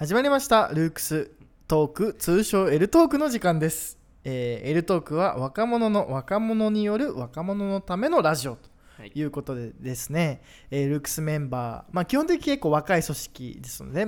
始まりましたルークストーク、通称 L トークの時間です。L トークは若者による若者のためのラジオということでですね、ルークスメンバー、基本的に結構若い組織ですので、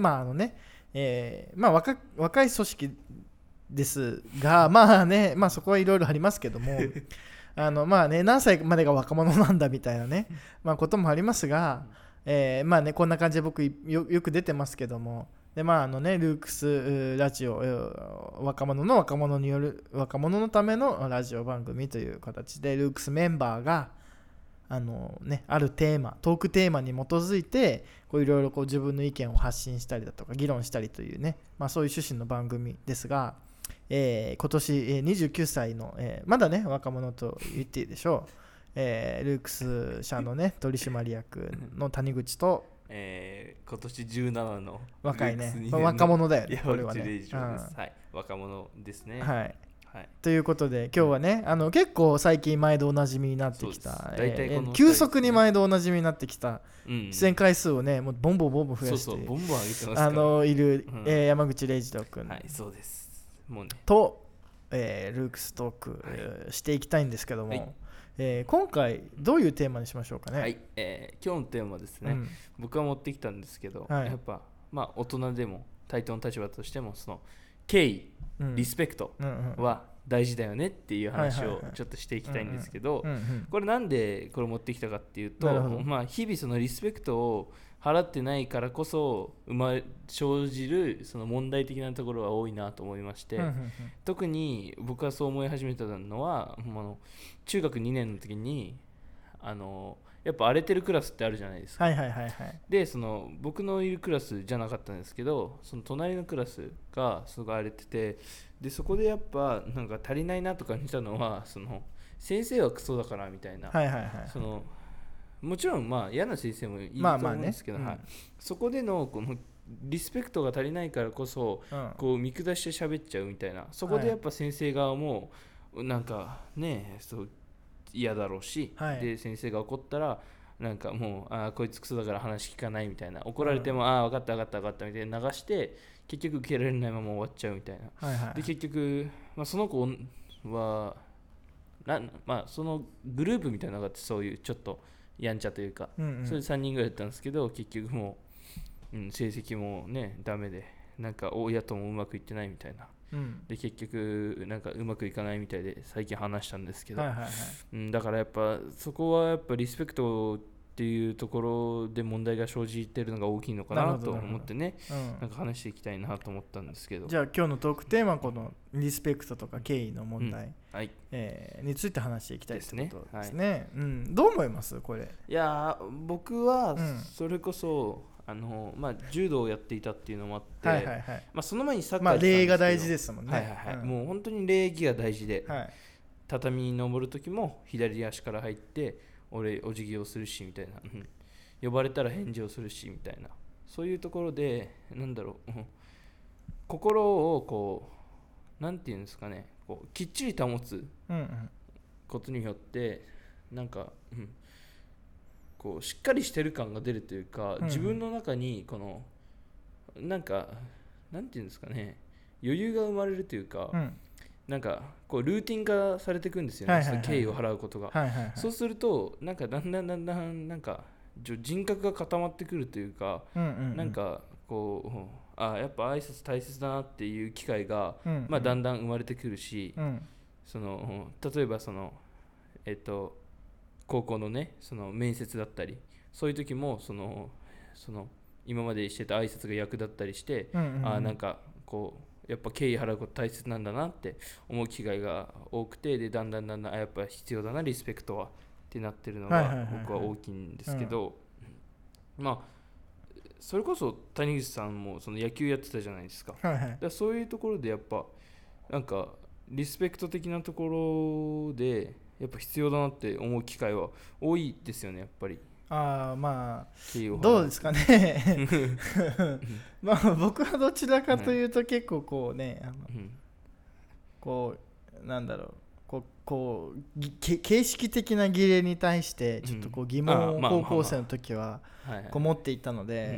若い組織ですが、そこはいろいろありますけども何歳までが若者なんだみたいなね、こともありますが、こんな感じで僕 よく出てますけども、でルークスラジオ、若者による若者のためのラジオ番組という形で、ルークスメンバーがあるテーマ、トークテーマに基づいていろいろ自分の意見を発信したりだとか議論したりというね、そういう趣旨の番組ですが、今年29歳の、まだね若者と言っていいでしょう、ルークス社のね取締役の谷口と、 今年17の若いね、若者だよね、これはね、 はい、若者ですね。 はい、ということで今日はね、結構最近毎度おなじみになってきた、急速に毎度おなじみになってきた、出演回数をねもうボンボン増やして、 ボンボン上げてますからいる、山口礼二郎君、 はい、そうですもうねと、ルークストーク、していきたいんですけども、今回どういうテーマにしましょうかね。 はい、今日のテーマですね、僕は持ってきたんですけど、やっぱ大人でも対等の立場としてもその敬意、リスペクトは大事だよねっていう話をちょっとしていきたいんですけど、これなんでこれ持ってきたかっていうと、日々そのリスペクトを払ってないからこそ生じるその問題的なところが多いなと思いまして、特に僕がそう思い始めたのは中学2年の時にやっぱ荒れてるクラスってあるじゃないですか。でその僕のいるクラスじゃなかったんですけど、その隣のクラスがすごい荒れてて、でそこでやっぱなんか足りないなと感じたのは、その先生はクソだからみたいな、そのもちろん嫌な先生もいると思うんですけど、そこでのこのリスペクトが足りないからこそ、こう見下して喋っちゃうみたいな、そこでやっぱ先生側もなんかねそう嫌だろうし、で先生が怒ったらなんかもうこいつクソだから話聞かないみたいな、怒られても分かったみたいな流して結局受けられないまま終わっちゃうみたいな、で結局、その子はそのグループみたいなのがあって、そういうちょっとやんちゃというか、それで3人ぐらいだったんですけど、結局もう、成績もねダメで、なんか親ともうまくいってないみたいな、で結局なんかうまくいかないみたいで最近話したんですけど、だからやっぱそこはやっぱリスペクトっていうところで問題が生じてるのが大きいのかなと思ってね、なんか話していきたいなと思ったんですけど、 じゃあ今日のトークテーマはこのリスペクトとか敬意の問題、について話していきたいということですね。どう思いますこれ。 いや僕はそれこそ、柔道をやっていたっていうのもあって、その前にサッカーやってたんですけど、 礼が大事ですもんね。 もう本当に礼儀が大事で、畳に登る時も左足から入って俺お辞儀をするしみたいな、呼ばれたら返事をするしみたいな、そういうところで心をこうなんていうんですかね、こうきっちり保つことによってなんか、こうしっかりしてる感が出るというか、自分の中にこのなんかなんていうんですかね、余裕が生まれるというか、なんかこうルーティン化されていくんですよね、敬意を払うことが。そうするとなんかだんだんなんか人格が固まってくるというか、なんかこうやっぱ挨拶大切だなっていう機会が、だんだん生まれてくるし、その例えばその高校のねその面接だったり、そういう時もその今までしてた挨拶が役立ったりして、なんかこうやっぱ敬意払うこと大切なんだなって思う機会が多くて、でだんだんやっぱ必要だなリスペクトはってなってるのが僕は大きいんですけど、それこそ谷口さんもその野球やってたじゃないですか。だからそういうところでやっぱなんかリスペクト的なところでやっぱ必要だなって思う機会は多いですよね、やっぱり。 どうですかね僕はどちらかというと結構こうね、こうなんだろう、こう形式的な儀礼に対してちょっとこう疑問を高校生の時はこう持っていたので、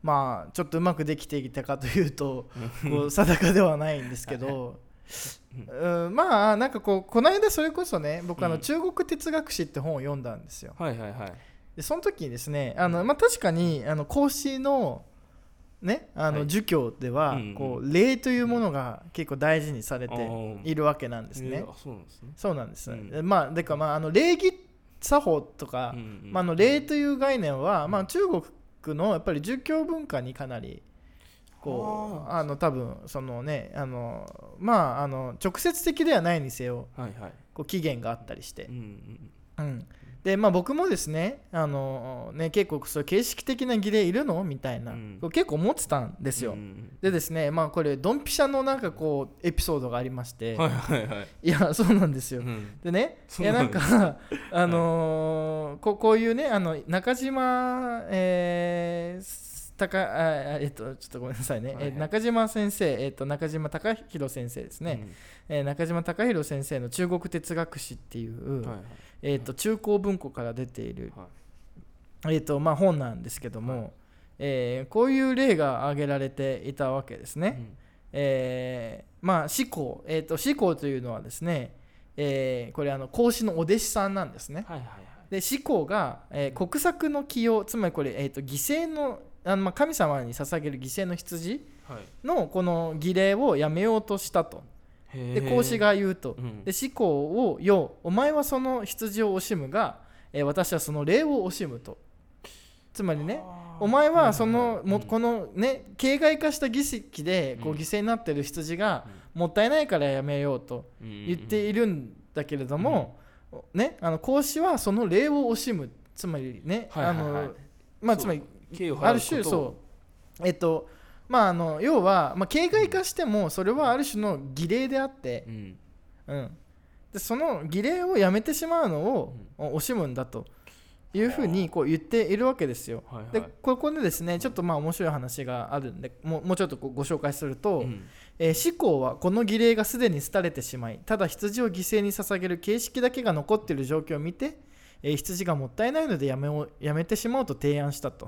まあちょっとうまくできていたかというとこう定かではないんですけどまあなんかこの間それこそね僕中国哲学史って本を読んだんですよ。 はいはいはい。 でその時にですねまあ、確かに孔子のね儒教ではこう礼というものが結構大事にされているわけなんですね。 そうなんですね。 そうなんです。まあでかまあ礼儀作法とかまあ礼という概念はまあ中国のやっぱり儒教文化にかなりこう多分そのねまあ直接的ではないにせよ、こう起源があったりして、でまあ僕もですね結構そういう形式的な儀礼いるのみたいな、結構思ってたんですよ。でですねまあこれドンピシャのなんかこうエピソードがありまして、いやそうなんですよ。でねいやなんかこういうね中島ちょっとごめんなさいね、中島先生、中島貴弘先生ですね、中島貴弘先生の中国哲学史っていう、中高文庫から出ている、まあ、本なんですけども、こういう例が挙げられていたわけですね。まあ司校、司校というのはですね、これ孔子のお弟子さんなんですね。で司校が、国策の起用、つまりこれ、犠牲のまあ神様に捧げる犠牲の羊のこの儀礼をやめようとしたと。で孔子が言うと、で司校をよお前はその羊を惜しむが、私はその礼を惜しむと。つまりねお前はそのこのね形骸化した儀式でこう犠牲になっている羊がもったいないからやめようと言っているんだけれども、ね孔子はその礼を惜しむ、つまりねまあつまりある種そうまあ要はまあ形骸化してもそれはある種の儀礼であって、でその儀礼をやめてしまうのを惜しむんだというふうにこう言っているわけですよ。でここでですねちょっとまあ面白い話があるんでもうちょっとご紹介すると、司校はこの儀礼がすでに廃れてしまいただ羊を犠牲に捧げる形式だけが残っている状況を見て、羊がもったいないのでやめてしまおうと提案したと、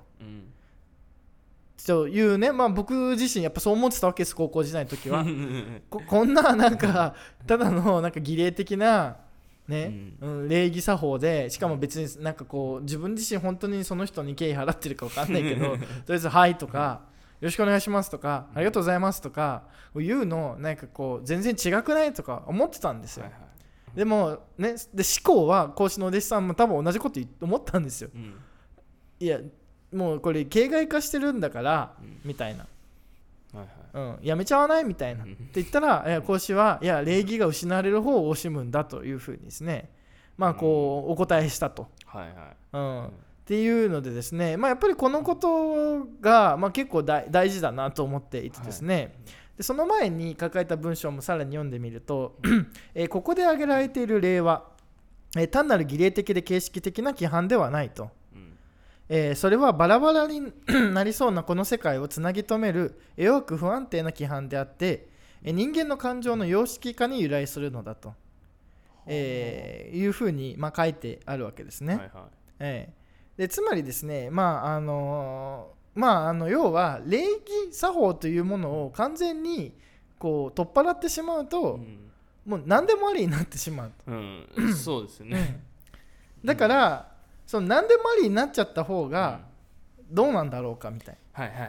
というね、まあ、僕自身やっぱそう思ってたわけです、高校時代の時はこんななんかただのなんか儀礼的なね、礼儀作法で、しかも別になんかこう自分自身本当にその人に敬意払ってるか分かんないけどとりあえずはいとかよろしくお願いしますとかありがとうございますとか言うのなんかこう全然違くないとか思ってたんですよ。でもね、で司校は孔子のお弟子さんも多分同じこと思ったんですよ。いやもうこれ形骸化してるんだから、みたいな、やめちゃわないみたいなって言ったら孔子はいや礼儀が失われる方を惜しむんだというふうにですねまあこうお答えしたと、っていうのでですね、まあ、やっぱりこのことが、まあ、結構大事だなと思っていてですね、でその前に書かれた文章もさらに読んでみるとここで挙げられている例は単なる儀礼的で形式的な規範ではないと、それはバラバラになりそうなこの世界をつなぎ止める弱く不安定な規範であって人間の感情の様式化に由来するのだと、いうふうに、まあ、書いてあるわけですね。でつまりですね、まあ要は礼儀作法というものを完全にこう取っ払ってしまうと、もう何でもありになってしまうと、 そうですね、 だから、その何でもありになっちゃった方がどうなんだろうかみたい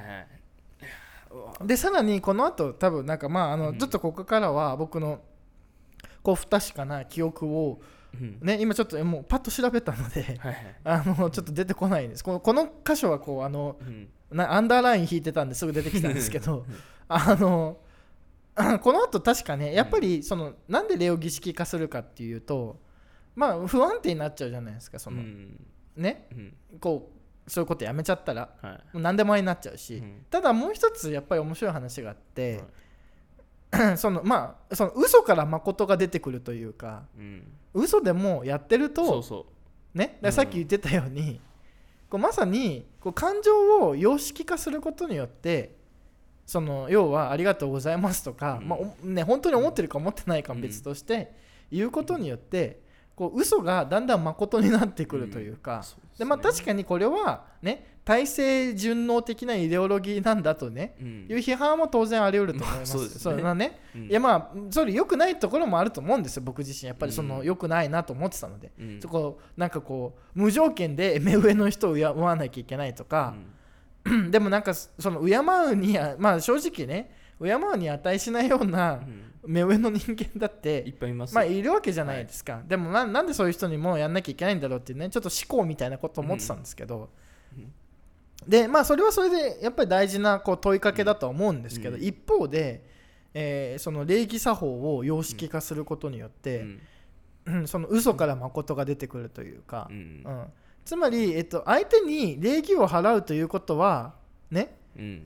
な、でさらにこの後多分なんかまあちょっとここからは僕のこう不確かな記憶をね、今ちょっともうパッと調べたのでちょっと出てこないんです。この箇所はこうアンダーライン引いてたんですぐ出てきたんですけどこの後確かねやっぱりそのなんで礼を儀式化するかっていうと、まあ不安定になっちゃうじゃないですか、その、ね、こうそういうことやめちゃったら、もう何でもありになっちゃうし、ただもう一つやっぱり面白い話があって、その嘘から誠が出てくるというか、嘘でもやってるとね、さっき言ってたように、こうまさにこう感情を様式化することによってその要はありがとうございますとか、まあね、本当に思ってるか思ってないかも別として言うことによってこう嘘がだんだん誠になってくるというか、で確かにこれはね体制順応的なイデオロギーなんだとね、いう批判も当然あり得ると思います。それはね、いやそれ良くないところもあると思うんですよ、僕自身。やっぱりその良くないなと思ってたので、そこなんかこう無条件で目上の人を敬わなきゃいけないとか、でもなんかその敬うには正直ね敬うに値しないような目上の人間だっていっぱいいます、 いるわけじゃないですか。でもなんでそういう人にもやんなきゃいけないんだろうっていうね、ちょっと思考みたいなことを思ってたんですけど、でそれはそれでやっぱり大事なこう問いかけだとは思うんですけど、一方で、その礼儀作法を様式化することによって、その嘘から誠が出てくるというか、つまり、相手に礼儀を払うということはね、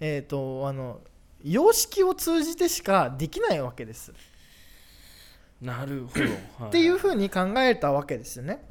様式を通じてしかできないわけです。 なるほど、 っていうふうに考えたわけですよね。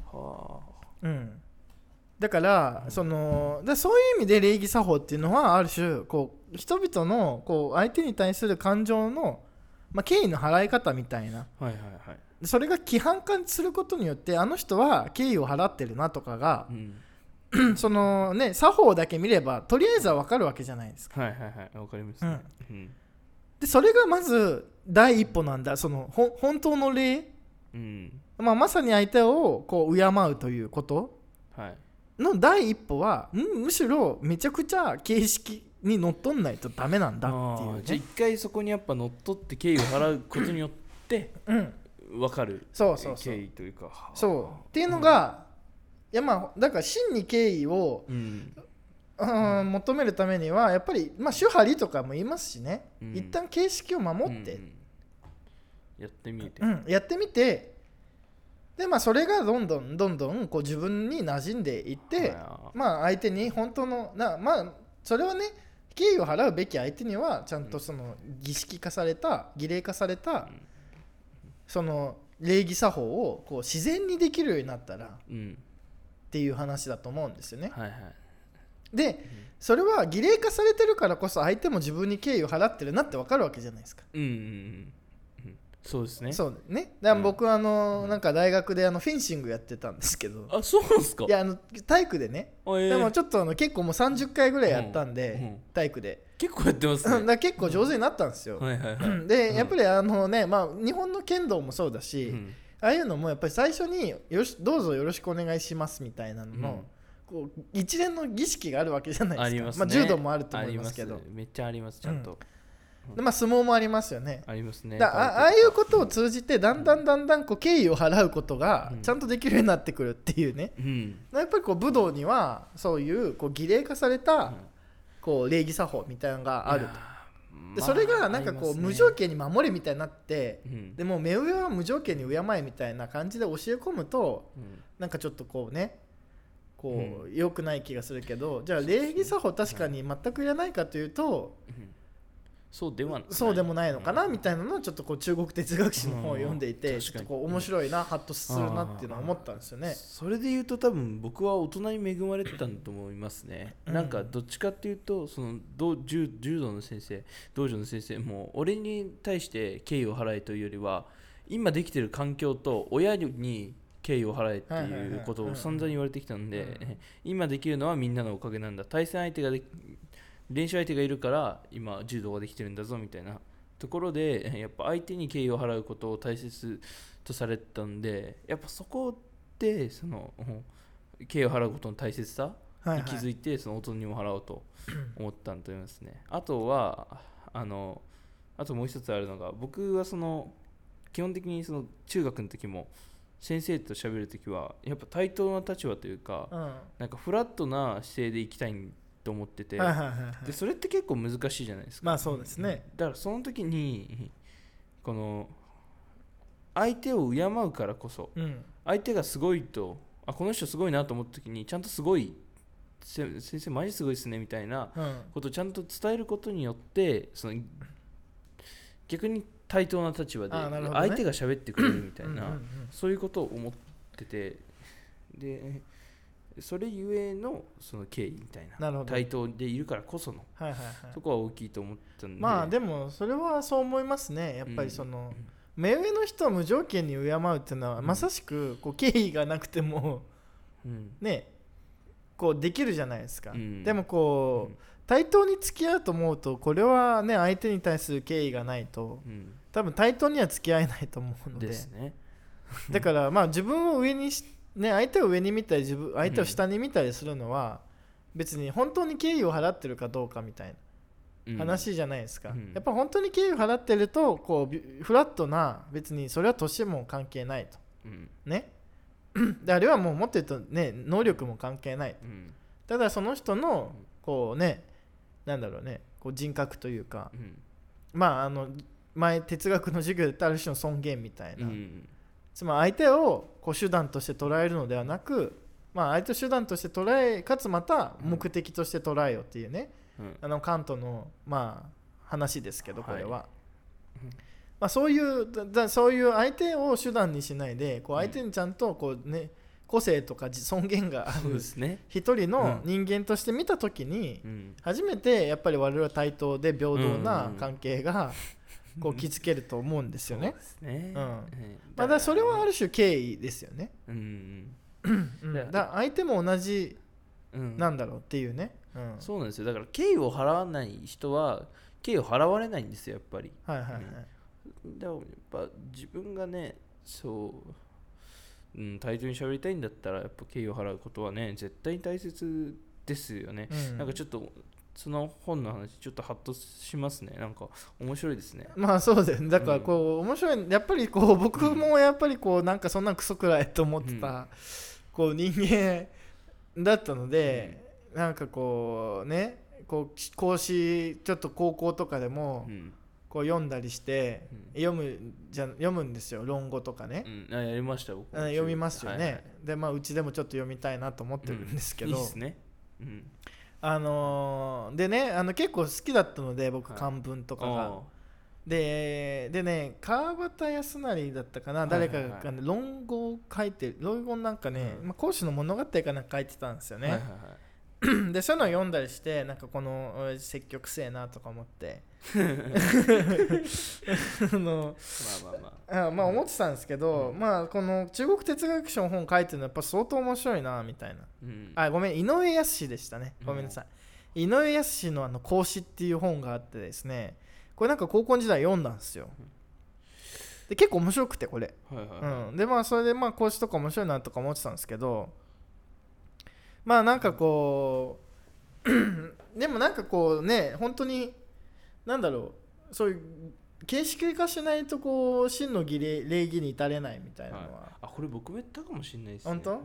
だからそういう意味で礼儀作法っていうのはある種こう人々のこう相手に対する感情の、敬意の払い方みたいな、それが規範化することによってあの人は敬意を払ってるなとかが、そのね作法だけ見ればとりあえずは分かるわけじゃないですか。 分かりますね。 でそれがまず第一歩なんだ。その本当の礼、まさに相手をこう敬うということの第一歩は、むしろめちゃくちゃ形式にのっとんないとダメなんだっていう、ね、 じゃあ一回そこにやっぱのっとって敬意を払うことによって分かる敬意というか、 そうっていうのが、いやだから真に敬意を、求めるためにはやっぱり主張りとかも言いますしね、一旦形式を守って、 やってみて、 やってみて、でそれがどんどんこう自分に馴染んでいって、相手に本当のそれはね敬意を払うべき相手にはちゃんとその儀式化された儀礼化された、その礼儀作法をこう自然にできるようになったら、っていう話だと思うんですよね。でそれは儀礼化されてるからこそ相手も自分に敬意を払ってるなって分かるわけじゃないですか。 そうですね。 そうね。だから僕はなんか大学でフェンシングやってたんですけど。 そうなんですか。 いや体育でね。でもちょっと結構もう30回ぐらいやったんで、体育で。 結構やってますね。 だ結構上手になったんですよ。でやっぱり日本の剣道もそうだし、ああいうのもやっぱり最初にどうぞよろしくお願いしますみたいなのの、こう一連の儀式があるわけじゃないですか。柔道もあると思いますけど。 めっちゃありますちゃんと。 相撲もありますよね。 ありますね。 ああいうことを通じてだんだんこう敬意を払うことがちゃんとできるようになってくるっていうね、やっぱりこう武道にはそういう儀礼化されたこう礼儀作法みたいなのがあると。でそれがなんかこう無条件に守れみたいになって、でも目上は無条件に敬えみたいな感じで教え込むと、なんかちょっとこうねこう良くない気がするけど、じゃあ礼儀作法確かに全くいらないかというと、そうでもないのかなみたいなのをちょっとこう中国哲学史の本を読んでいて、ちょっとこう面白いな、ハッとするなっていうのを思ったんですよね。 それで言うと多分僕は大人に恵まれてたんだと思いますね。なんかどっちかっていうとその柔道の先生、道場の先生も俺に対して敬意を払えというよりは、今できてる環境と親に敬意を払えっていうことを散々言われてきたんで、今できるのはみんなのおかげなんだ、対戦相手が練習相手がいるから今柔道ができてるんだぞみたいなところで、やっぱ相手に敬意を払うことを大切とされたんで、やっぱそこでその敬意を払うことの大切さに気づいて、その大人にも払おうと思ったんだと思いますね。あとはあともう一つあるのが、僕はその基本的にその中学の時も先生と喋るときはやっぱ対等な立場というか、なんかフラットな姿勢でいきたいと思ってて、でそれって結構難しいじゃないですか。 そうですね。 だからその時にこの相手を敬うからこそ、相手がすごいと、この人すごいなと思った時にちゃんとすごい先生マジすごいですねみたいなことをちゃんと伝えることによって、その逆に対等な立場で相手が喋ってくれるみたいな、そういうことを思ってて、でそれゆえのその敬意みたいな、対等でいるからこその、そこは大きいと思ったんで。 でもそれはそう思いますね。やっぱりその、 目上の人は無条件に敬うっていうのは、まさしくこう敬意がなくても、ねこうできるじゃないですか、でもこう、対等に付き合うと思うと、これはね相手に対する敬意がないと、多分対等には付き合えないと思うの で、ね、だからまあ自分を上にし、ね、相手を上に見たり相手を下に見たりするのは、別に本当に敬意を払ってるかどうかみたいな話じゃないですか、やっぱ本当に敬意を払ってるとこうフラットな、別にそれは年も関係ないと、ねであれはもうもっと言うとね、能力も関係ないと、ただその人のこうね、なんだろうね、こう人格というか、まあ前哲学の授業で言ったある種の尊厳みたいな、つまり相手をこう手段として捉えるのではなく、まあ、相手を手段として捉え、かつまた目的として捉えよっていうね、カントの、まあ、話ですけど、これは、まあ、そういう相手を手段にしないで、こう相手にちゃんとこう、ね、個性とか尊厳がある一人の人間として見たときに、初めてやっぱり我々は対等で平等な関係がこう築けると思うんですよね。だからそれはある種敬意ですよね。だ相手も同じなんだろうっていうね、 そうなんですよ。だから敬意を払わない人は敬意を払われないんですよ、やっぱり。だからやっぱ自分がね、対等に喋りたいんだったら、やっぱ敬意を払うことはね、絶対に大切ですよね。なんかちょっとその本の話ちょっとハッとしますね。なんか面白いですね。 まあそうですね。だからこう、面白い、やっぱりこう僕もやっぱりこうなんかそんなクソくらいと思ってた、こう人間だったので、なんかこうね、こう講師ちょっと高校とかでもこう読んだりして、読むんですよ、論語とかね。 やりました僕。 読みますよね。でまあうちでもちょっと読みたいなと思ってるんですけど。 いいですね。 でね、結構好きだったので僕、漢文とかが。でね、川端康成だったかな、誰かが、論語を書いて、論語なんかね、孔子の物語かなんか書いてたんですよね。でそういうのを読んだりして、なんかこの積極性えなとか思ってまあ思ってたんですけど、まあこの中国哲学書の本書いてるのやっぱ相当面白いなみたいな、ごめん、井上康でしたね、ごめんなさい、井上康の孔子っていう本があってですね、これなんか高校時代読んだんですよ。で結構面白くてこれ、でまあそれでまあ孔子とか面白いなとか思ってたんですけど、まあなんかこうでもなんかこうね、本当になんだろう、そういう形式化しないとこう真の礼儀に至れないみたいなのは、 これ僕も言ったかもしれないですね。 本当？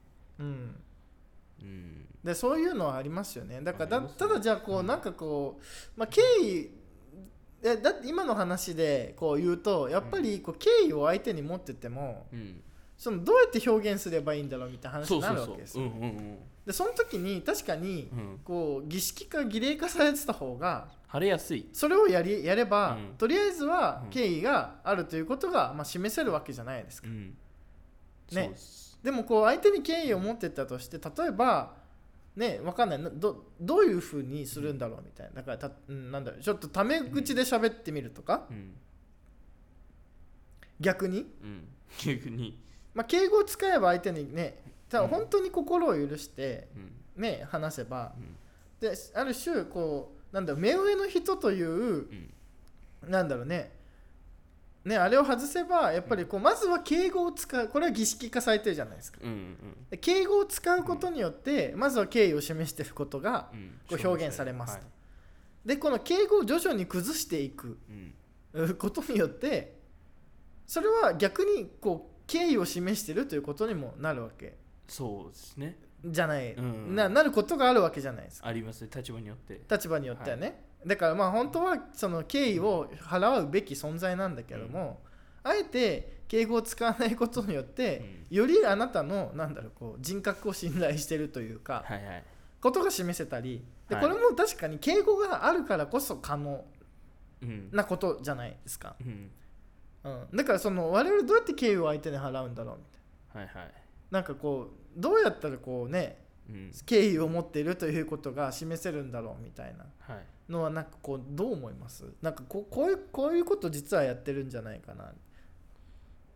でそういうのはありますよね。だからただじゃあこうなんかこう、まあ敬意だって今の話でこう言うと、やっぱりこう敬意を相手に持ってても、そのどうやって表現すればいいんだろうみたいな話になるわけですよ。でその時に確かにこう儀式化儀礼化されてた方が晴れやすい。 それをやれば、とりあえずは敬意があるということがまあ示せるわけじゃないですか。ね。でもこう相手に敬意を持ってたとして、例えばね、分かんない、どういう風にするんだろうみたいな。だからなんだろう、ちょっとタメ口で喋ってみるとか、逆に、まあ、敬語を使えば相手にね、本当に心を許してね、話せば、である種こうなんだろう、目上の人という、なんだろうね、あれを外せばやっぱりこうまずは敬語を使う、これは儀式化されてるじゃないですか。で敬語を使うことによってまずは敬意を示していくことがこう表現されますと。でこの敬語を徐々に崩していくことによって、それは逆にこう敬意を示しているということにもなるわけ。 そうですね。 じゃない、なることがあるわけじゃないですか。 ありますね、立場によって。 立場によってはね、だからまあ本当はその敬意を払うべき存在なんだけども、あえて敬語を使わないことによって、よりあなたのなんだろう、こう人格を信頼しているというか、ことが示せたりで、これも確かに敬語があるからこそ可能なことじゃないですか。だからその我々どうやって敬意を相手に払うんだろうみたいな、なんかこうどうやったらこうね、敬意を持っているということが示せるんだろうみたいなのはなんかこうどう思います？なんかこういうこと実はやってるんじゃないかな。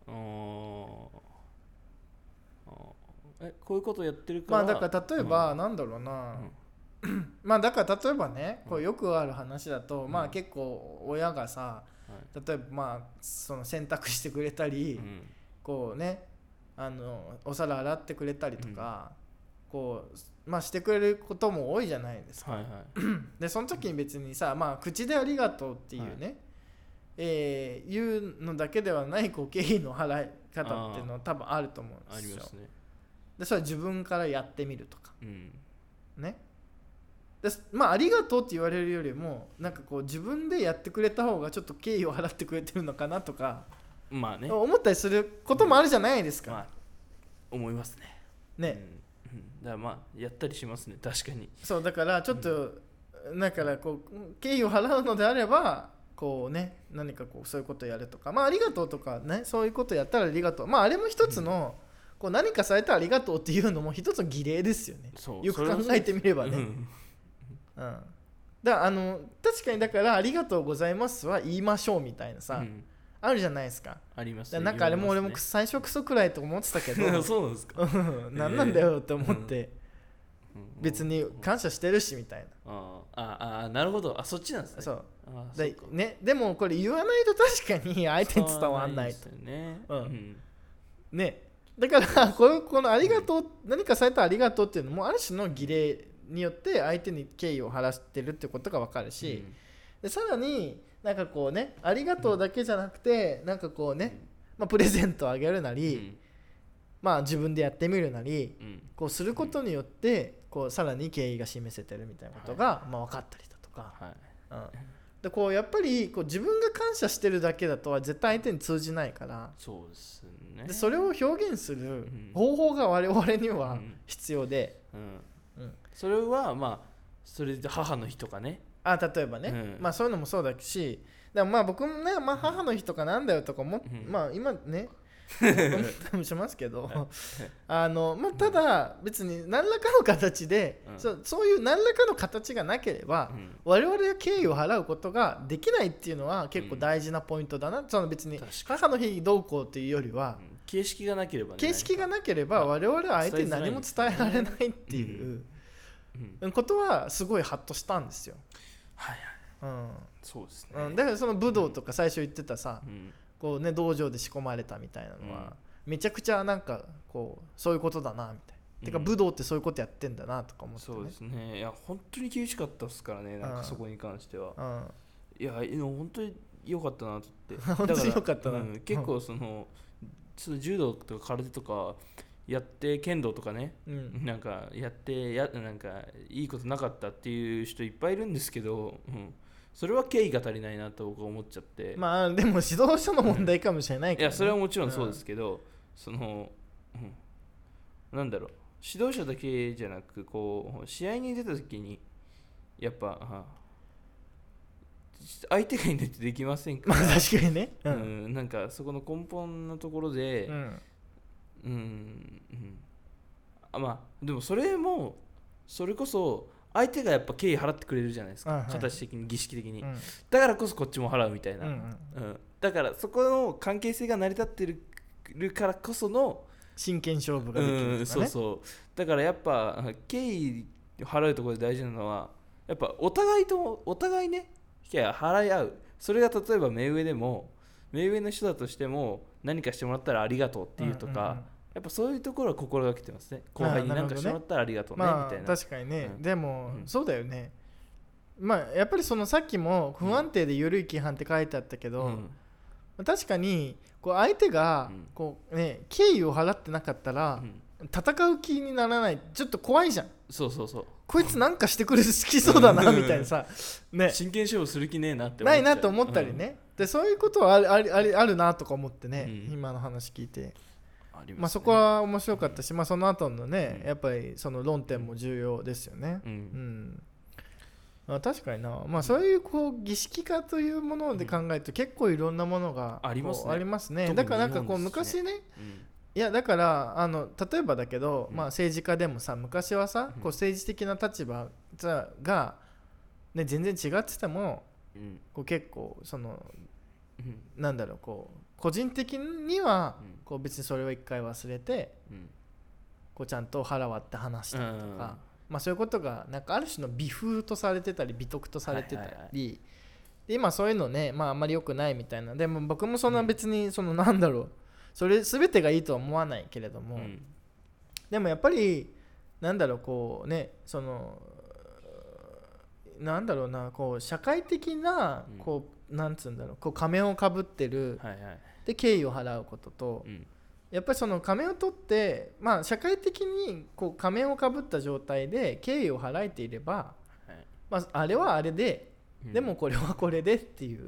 こういうことをやってるから、 まあだから例えば、なんだろうな、まあだから例えばね、こうよくある話だと、まあ結構親がさ、例えばまあその洗濯してくれたり、こうね、お皿洗ってくれたりとか、こうまあしてくれることも多いじゃないですか。でその時に別にさ、まあ口でありがとうっていうね、言うのだけではないこう敬意の払い方っていうのは多分あると思うんですよ。 ありますね。 でそれは自分からやってみるとか、ね。でまあありがとうって言われるよりもなんかこう自分でやってくれた方がちょっと敬意を払ってくれてるのかなとか、 まあね、 思ったりすることもあるじゃないですか。 まあ、思いますね。 ね、 だからまあやったりしますね、確かに。 そうだからちょっと、だからこう敬意を払うのであればこうね、何かこうそういうことやるとか、まあありがとうとかね、そういうことやったらありがとう、まああれも一つの、こう何かされたらありがとうっていうのも一つの儀礼ですよね。よく考えてみればね。だから確かにだからありがとうございますは言いましょうみたいなさ、あるじゃないですか。 ありますね。 なんかあれも俺も最初クソくらいと思ってたけどそうなんですか。 何なんだよって思って、別に感謝してるしみたいな。なるほど。そっちなんですね。 そうね。でもこれ言わないと確かに相手に伝わんないとね。だからこのありがとう、何かされたらありがとうっていうのもある種の儀礼によって相手に敬意を払ってるってことが分かるし、でさらになんかこうね、ありがとうだけじゃなくてなんかこうね、まあ、プレゼントをあげるなり、まあ自分でやってみるなり、こうすることによってこうさらに敬意が示せてるみたいなことが、まあ、分かったりだとか、でこうやっぱりこう自分が感謝してるだけだとは絶対相手に通じないから、 そうですね。 でそれを表現する方法が我々には必要で、 それはまあそれで母の日とかね、 例えばね、まあそういうのもそうだし、でもまあ僕もね、まあ、母の日とかなんだよとかも、まあ今ね思ったりしますけどまあ、ただ別に何らかの形で、そういう何らかの形がなければ、我々が敬意を払うことができないっていうのは結構大事なポイントだな。その別に母の日どうこうっていうよりは、 形式がなければね、 形式がなければ我々は相手に何も伝えられないっていうことはすごいハッとしたんですよ。 そうですね。 だからその武道とか最初言ってたさ、こうね、道場で仕込まれたみたいなのは、めちゃくちゃなんかこうそういうことだなみたいな、てか武道ってそういうことやってんだなとか思って、 そうですね。いや本当に厳しかったですからね、なんかそこに関しては、いや本当に良かったなと思って本当に良かったな、 結構その柔道とか空手とかやって剣道とかね、なんかやってなんかいいことなかったっていう人いっぱいいるんですけど、それは敬意が足りないなと僕は思っちゃって、 まあでも指導者の問題かもしれないけど、 いやそれはもちろんそうですけど、その、なんだろう、指導者だけじゃなくこう試合に出た時にやっぱ相手がいないとできませんから、 まあ確かにね、 なんかそこの根本のところで、まあでもそれもそれこそ相手がやっぱ敬意払ってくれるじゃないですか、形的に儀式的に、だからこそこっちも払うみたいな、だからそこの関係性が成り立ってるからこその真剣勝負ができるとかね、 そうそう、だからやっぱ敬意払うところで大事なのはやっぱお互いね払い合う。それが例えば目上でも目上の人だとしても何かしてもらったらありがとうっていうとか、やっぱそういうところは心がけてますね。後輩に何かしてもらったらありがとうね、みたいな。 確かにね、でも、そうだよね。まあやっぱりそのさっきも不安定で緩い規範って書いてあったけど、確かにこう相手がこう、敬意を払ってなかったら、戦う気にならない。ちょっと怖いじゃん。 そうこいつなんかしてくれる好きそうだなみたいなさ、ね、 真剣勝負する気ねえなってないなと思ったりね、でそういうことはあるなとか思ってね、今の話聞いて、まあ、そこは面白かったし、まあ、その後のね、やっぱりその論点も重要ですよね。確かにな、まあ、そういうこう儀式化というもので考えると結構いろんなものがありますね。だからなんかこう昔ね、いやだから例えばだけど、まあ、政治家でもさ、昔はさ、こう政治的な立場が、ね、全然違ってても、こう結構その、なんだろう、こう個人的にはこう別にそれを一回忘れて、こうちゃんと腹割って話したりとか、まあ、そういうことがなんかある種の美風とされてたり美徳とされてたり、で今そういうのね、まあ、あんまり良くないみたいな。でも僕もそんな別にそのなんだろう、それ全てがいいとは思わないけれども、でもやっぱりなんだろう、こうね、そのなんだろうな、こう社会的なこうなんつうんだろう、こう仮面をかぶってる、で敬意を払うことと、やっぱりその仮面を取って、まあ、社会的にこう仮面をかぶった状態で敬意を払えていれば、まあ、あれはあれで、でもこれはこれでっていう、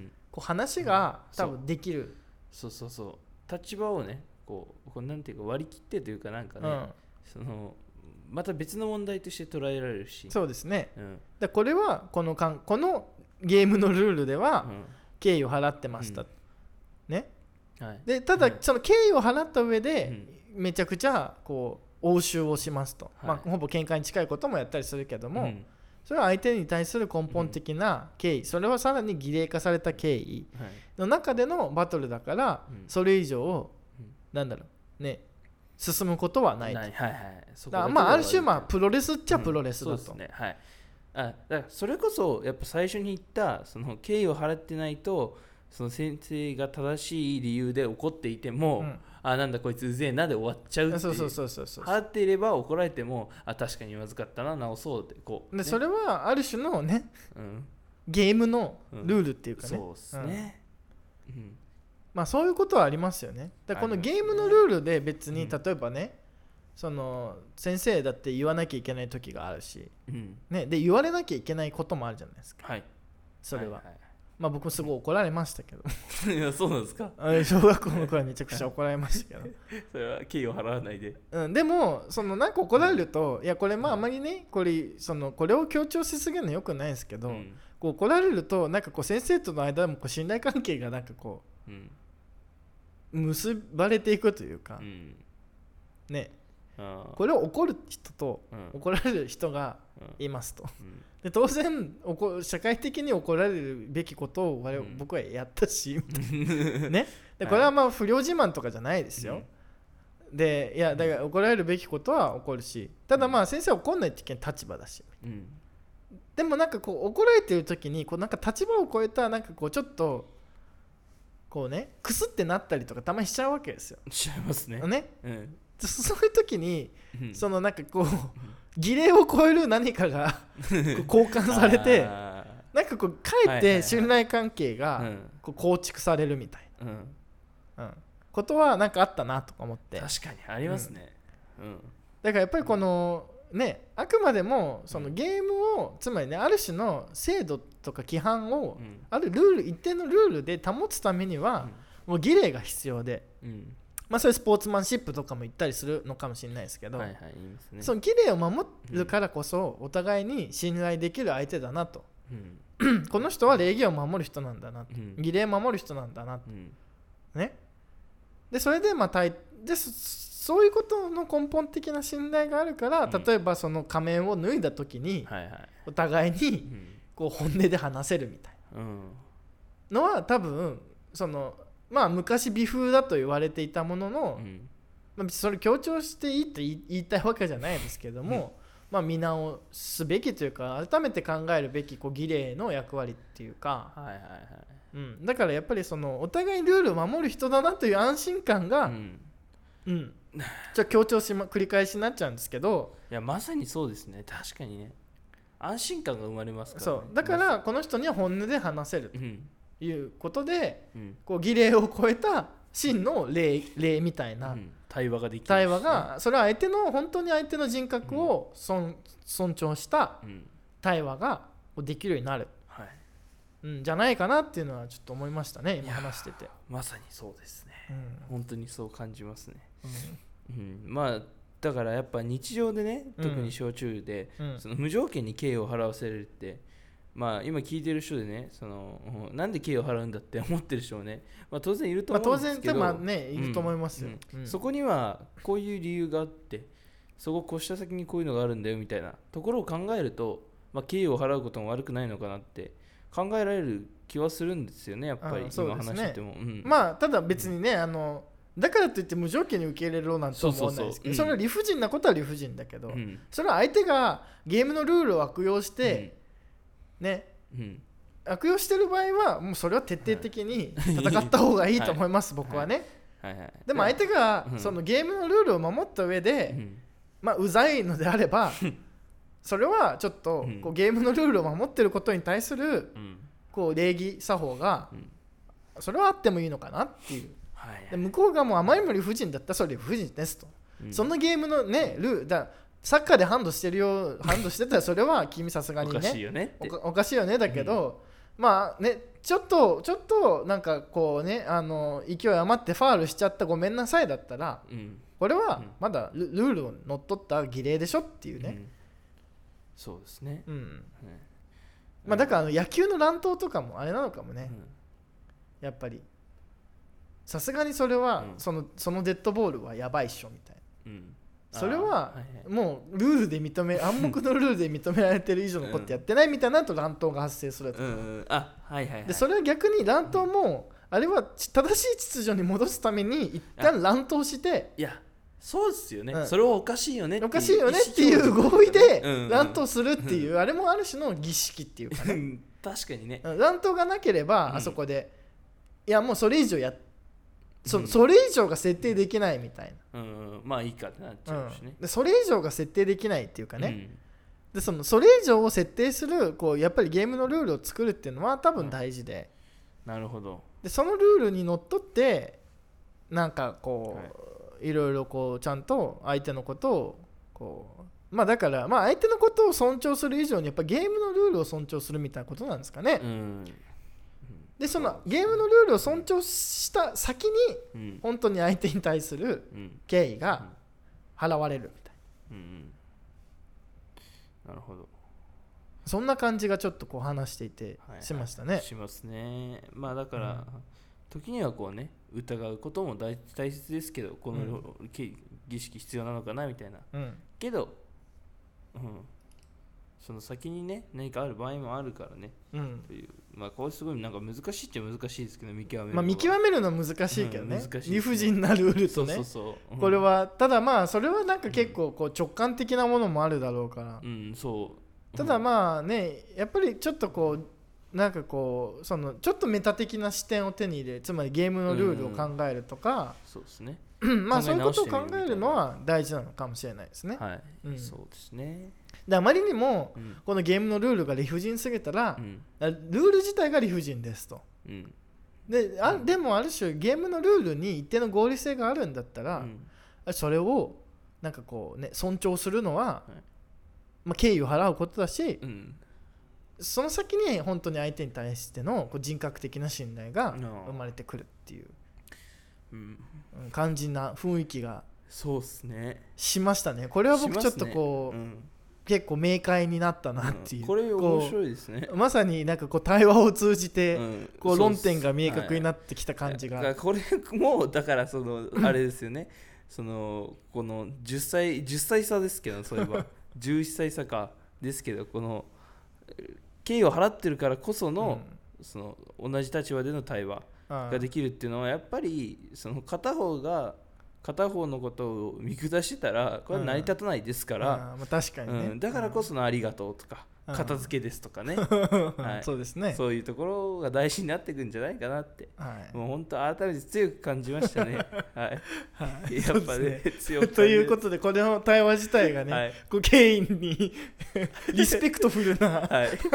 こう話が多分できる、 そう立場をねこうなんていうか割り切ってというかなんかね、そのまた別の問題として捉えられるし、 そうですね、だこれはこのゲームのルールでは敬意を払ってました、ね、でただその敬意を払った上でめちゃくちゃこう応酬をしますと、まあ、ほぼ喧嘩に近いこともやったりするけども、それは相手に対する根本的な敬意、それはさらに儀礼化された敬意の中でのバトルだから、それ以上なんだろうね、進むことはないと。だからまあある種まあプロレスっちゃプロレスだと。 そうですね、はい。だからそれこそやっぱ最初に言ったその敬意を払ってないと、その先生が正しい理由で怒っていても、なんだこいつうぜえなで終わっちゃうっていう。払っていれば怒られても確かにまずかったな、直そうってこう、 でそれはある種のね、ゲームのルールっていうかね、 そうですね、 まあそういうことはありますよね。だからこのゲームのルールで別に例えばね、その先生だって言わなきゃいけない時があるし、ね、で言われなきゃいけないこともあるじゃないですか、それは、まあ僕もすごい怒られましたけどいやそうなんですか。 小学校の頃はめちゃくちゃ怒られましたけどそれは敬意を払わないで、 でもそのなんか怒られると、いやこれまああまりねこれを強調しすぎるのよくないですけど、こう怒られるとなんかこう先生との間でもこう信頼関係がなんかこう、結ばれていくというか、ね、これを怒る人と怒られる人がいますと、で当然社会的に怒られるべきことを僕はやったし、ね、でこれはまあ不良自慢とかじゃないですよ、でいやだから怒られるべきことは怒るし、ただまあ先生は怒んないといけない立場だし、でもなんかこう怒られてる時にこうなんか立場を超えたなんかこうちょっとこうねクスってなったりとかたまにしちゃうわけですよ。 しちゃいますね。 そういう時に、そのなんかこう儀礼を超える何かが交換されてなんかこうかえって信頼関係がこう構築されるみたいな、ことはなんかあったなとか思って。 確かにありますね、 だからやっぱりこのね、あくまでもそのゲームを、つまりねある種の制度とか規範を、あるルール一定のルールで保つためには、もう儀礼が必要で、まあそういうスポーツマンシップとかも言ったりするのかもしれないですけど、その儀礼を守るからこそお互いに信頼できる相手だなと、この人は礼儀を守る人なんだな、儀礼を守る人なんだな、ね、でそれでまあそういうことの根本的な信頼があるから、例えばその仮面を脱いだ時にお互いにこう本音で話せるみたいなのは多分そのまあ昔美風だと言われていたものの、それ強調していいと言いたいわけじゃないですけども、まあ見直すべきというか改めて考えるべきこう儀礼の役割っていうか、だからやっぱりそのお互いルールを守る人だなという安心感が、ちょっと強調繰り返しになっちゃうんですけど、 いやまさにそうですね。確かにね、安心感が生まれますからね。 そうだからこの人には本音で話せるということで、こう儀礼を超えた真の礼みたいな、 対話ができる、 対話がそれは本当に相手の人格を尊重した対話ができるようになる、じゃないかなっていうのはちょっと思いましたね、今話してて。 まさにそうですね、本当にそう感じますね、まあだからやっぱ日常でね、特に小中で、その無条件に敬意を払わせるって、まあ今聞いてる人でね、そのなんで敬意を払うんだって思ってる人もね、当然いると思うんですけど、 当然ねいると思いますよ、 そこにはこういう理由があって、そこを越した先にこういうのがあるんだよみたいなところを考えると、敬意を払うことも悪くないのかなって考えられる気はするんですよねやっぱり今話してても、 まあただ別にねだからといって無条件に受け入れろなんて思わないですけど、それは理不尽なことは理不尽だけど、それは相手がゲームのルールを悪用して、ね、悪用してる場合はもうそれは徹底的に戦った方がいいと思います、僕はね。でも相手がそのゲームのルールを守った上で、うざいのであればそれはちょっとこうゲームのルールを守ってることに対するこう礼儀作法がそれはあってもいいのかなっていう。で向こうがもうあまりにも理不尽だったらそれ理不尽ですと、そのゲームのねルールだ、サッカーでハンドしてたらそれは君さすがにねおかしいよねだけど、まあねちょっとなんかこうね勢い余ってファールしちゃったごめんなさいだったら、これはまだルールを乗っ取った儀礼でしょっていうね、 そうですね、 まあだから野球の乱闘とかもあれなのかもね、やっぱりさすがにそれは、そのデッドボールはやばいっしょみたいな、それはもうルールで暗黙のルールで認められてる以上のことやってないみたいなと乱闘が発生するとか、でそれは逆に乱闘も、あれは正しい秩序に戻すために一旦乱闘して、 いやそうですよね、それはおかしいよねっていう合意で乱闘するっていう、あれもある種の儀式っていうかね確かにね、 乱闘がなければあそこで、いやもうそれ以上それ以上が設定できないみたいな、 まあいいかってなっちゃうしね、 でそれ以上が設定できないっていうかね、でそれ以上を設定するこうやっぱりゲームのルールを作るっていうのは多分大事で、 なるほど。 でそのルールにのっとってなんかこう、いろいろこうちゃんと相手のことをこうだから相手のことを尊重する以上にやっぱゲームのルールを尊重するみたいなことなんですかね。でそのゲームのルールを尊重した先に、本当に相手に対する敬意が払われるみたいな、なるほど。 そんな感じがちょっとこう話していてしましたね。 しますね。だから、時にはこうね疑うことも大切ですけど、この儀式必要なのかなみたいな、けど、その先にね何かある場合もあるからね、というこれすごいなんか難しいっちゃ難しいですけど、見極めるのは難しいけどね、理不尽なルールとね、これはただそれはなんか結構こう直感的なものもあるだろうから、ただねやっぱりちょっとこうなんかこうそのちょっとメタ的な視点を手に入れ、つまりゲームのルールを考えるとか、 そうですね、 そういうことを考えるのは大事なのかもしれないですね。 そうですね。 であまりにもこのゲームのルールが理不尽すぎたら、ルール自体が理不尽ですと、でもある種ゲームのルールに一定の合理性があるんだったら、それをなんかこうね尊重するのは、敬意を払うことだし、その先に本当に相手に対してのこう人格的な信頼が生まれてくるっていう感じな雰囲気がしましたね。これは僕ちょっとこう、結構明快になったなっていう、 これ面白いですね。 まさになんかこう対話を通じてこう論点が明確になってきた感じが、 これもだからそのあれですよねそのこの10歳差ですけど、そういえば11歳差かですけど、この敬意を払ってるからこその、その同じ立場での対話ができるっていうのは、やっぱりその片方のことを見下してたらこれは成り立たないですから、 確かにね、 だからこそのありがとうとか、片付けですとかね、 そうですね、 そういうところが大事になっていくんじゃないかなって、もう本当改めて強く感じましたね。やっぱね、強く。 ということでこの対話自体がね、こう敬意にリスペクトフルな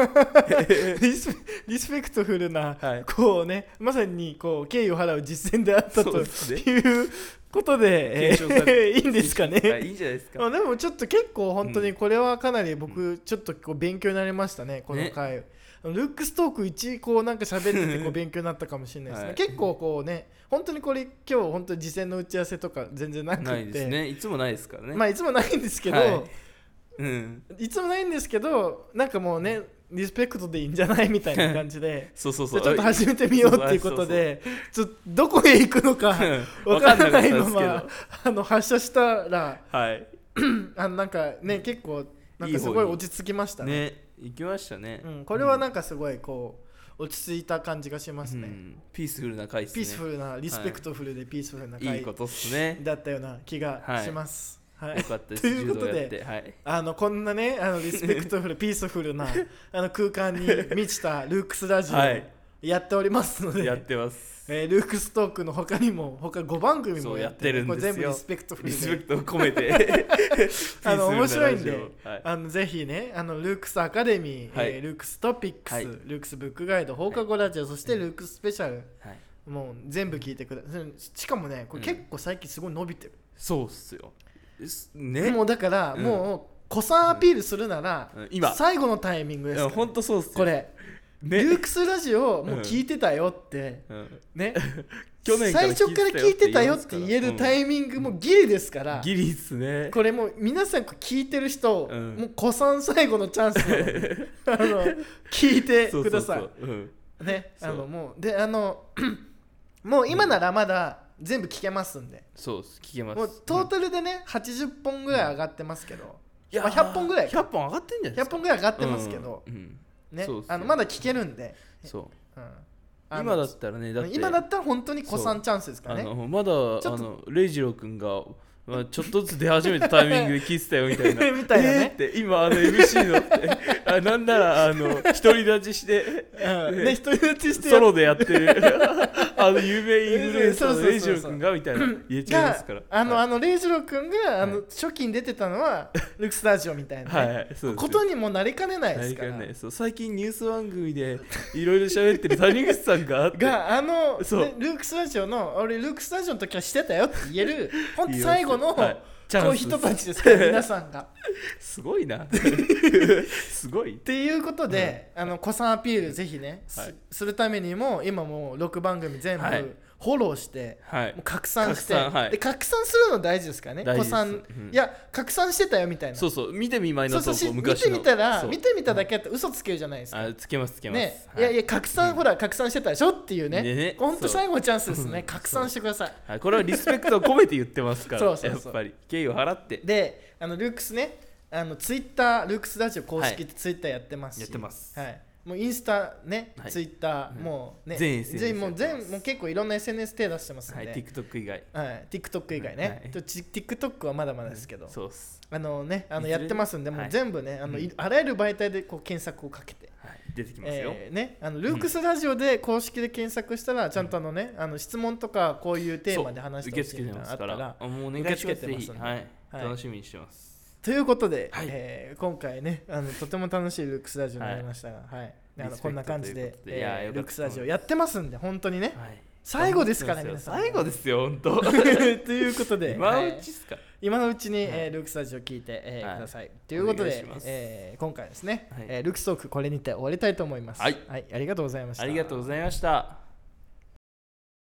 リスペクトフルなこうね、まさにこう敬意を払う実践であったということで、いいんですかね。 いいんじゃないですか。 でもちょっと結構本当にこれはかなり僕ちょっとこう勉強になりましたね、この回。ルックストーク1こうなんか喋っててこう勉強になったかもしれないですね。結構こうね、本当にこれ今日本当に事前の打ち合わせとか全然なくて、 ないですね。いつもないですからね。 いつもないんですけど、いつもないんですけど、なんかもうねリスペクトでいいんじゃないみたいな感じでちょっと始めてみようっていうことで、ちょっとどこへ行くのか分からないまま発射したら、なんかね結構なんかすごい落ち着きましたね。 行きましたね。 これはなんかすごいこう落ち着いた感じがしますね、 ピースフルな回ですね。 ピースフルなリスペクトフルでピースフルな回、 いいことっすねだったような気がします、 はい、よかったです。 ということで、こんなねリスペクトフルピースフルな空間に満ちたルークスラジオ、やっておりますので、 やってます。 ルークストークの他にも他5番組もやってるんですよ。 これ全部リスペクトフルで、 リスペクトを込めて面白いんで、ぜひねルークスアカデミー、ルークストピックス、ルークスブックガイド、放課後ラジオ、そしてルークススペシャル、もう全部聞いてください。しかもねこれ結構最近すごい伸びてる、 そうっすよね。 もうだから、もう子さんアピールするなら、今最後のタイミングですから、 本当そうっすよこれルークスラジオもう聞いてたよって、ね去年最初から聞いてたよって言えるタイミングもギリですから、 ギリっすね。 これもう皆さん聞いてる人、もう子さん最後のチャンスを聞いてください。ね、もうでもう今ならまだ全部聞けますんで、 そう聞けます。 もうトータルでね80本ぐらい上がってますけど、100本ぐらい 100本上がってんじゃないですか。 100本ぐらい上がってますけど、ね、まだ聞けるんで、 今だったらね、 今だったら本当に子さんチャンスですからね。 まだレイジロー君がちょっとずつ出始めたタイミングで聞いてたよみたいなみたいなね、 って今MC のってなんなら独り立ちして独り立ちしてソロでやってる有名インフルエンサーのレイジロー君がみたいな言えちゃいますから、 レイジロー君が初期に出てたのはルクスタジオみたいなことにもなりかねないですから。 最近ニュース番組でいろいろ喋ってる谷口さんがルークスタジオの俺ルークスタジオの時はしてたよって言える本当最後のこう人たちですから皆さんがすごいなすごいっていうことで、子さんアピールぜひね、するためにも今もう6番組全部フォローして、もう拡散して、で拡散するの大事ですからね。子さん、いや拡散してたよみたいな、 そう見てみまいのとこ昔の見てみただけだって嘘つけるじゃないですか。 つけますね、いや拡散、ほら拡散してたでしょっていうね、ほんと最後のチャンスですね。拡散してください。 これはリスペクトを込めて言ってますからやっぱり敬意を払って。 でルークスねツイッタールークスラジオ公式ってツイッターやってますし、 やってます。 もうインスタね、ツイッターもうね、 全 SNS もう結構いろんな SNS 手出してますんで、 TikTok 以外、 TikTok 以外ね、TikTok はまだまだですけど、 そうっす。 やってますんで、もう全部ねあらゆる媒体でこう検索をかけて出てきますよ。 ねルークスラジオで公式で検索したらちゃんとね質問とかこういうテーマで話してほしいのがあったらもうお願いします。ぜひ楽しみにしてます。 ということで、今回ねとても楽しいルークスラジオになりましたが、こんな感じでルークスラジオやってますんで本当にね、最後ですから皆さん、 最後ですよ本当ということで今のうちですか、 今のうちにルークスラジオ聞いてくださいということで、今回ですねルークストークこれにて終わりたいと思います。はい、ありがとうございました。 ありがとうございました。